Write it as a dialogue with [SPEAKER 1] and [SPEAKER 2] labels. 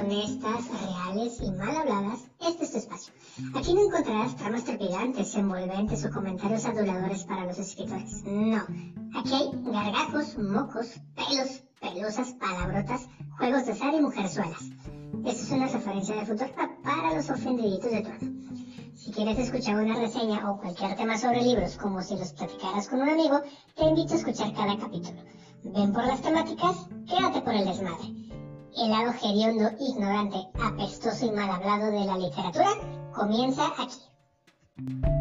[SPEAKER 1] honestas, reales y mal habladas, este es tu espacio. Aquí no encontrarás tramas trepidantes, envolventes o comentarios aduladores para los escritores. No, aquí hay gargajos, mocos, pelos, pelusas, palabrotas, juegos de azar y mujerzuelas. Esto es una referencia de Futurama para los ofendiditos de turno. Si quieres escuchar una reseña o cualquier tema sobre libros como si los platicaras con un amigo, te invito a escuchar cada capítulo. Ven por las temáticas, quédate por el desmadre. El lado hediondo, ignorante, apestoso y mal hablado de la literatura comienza aquí.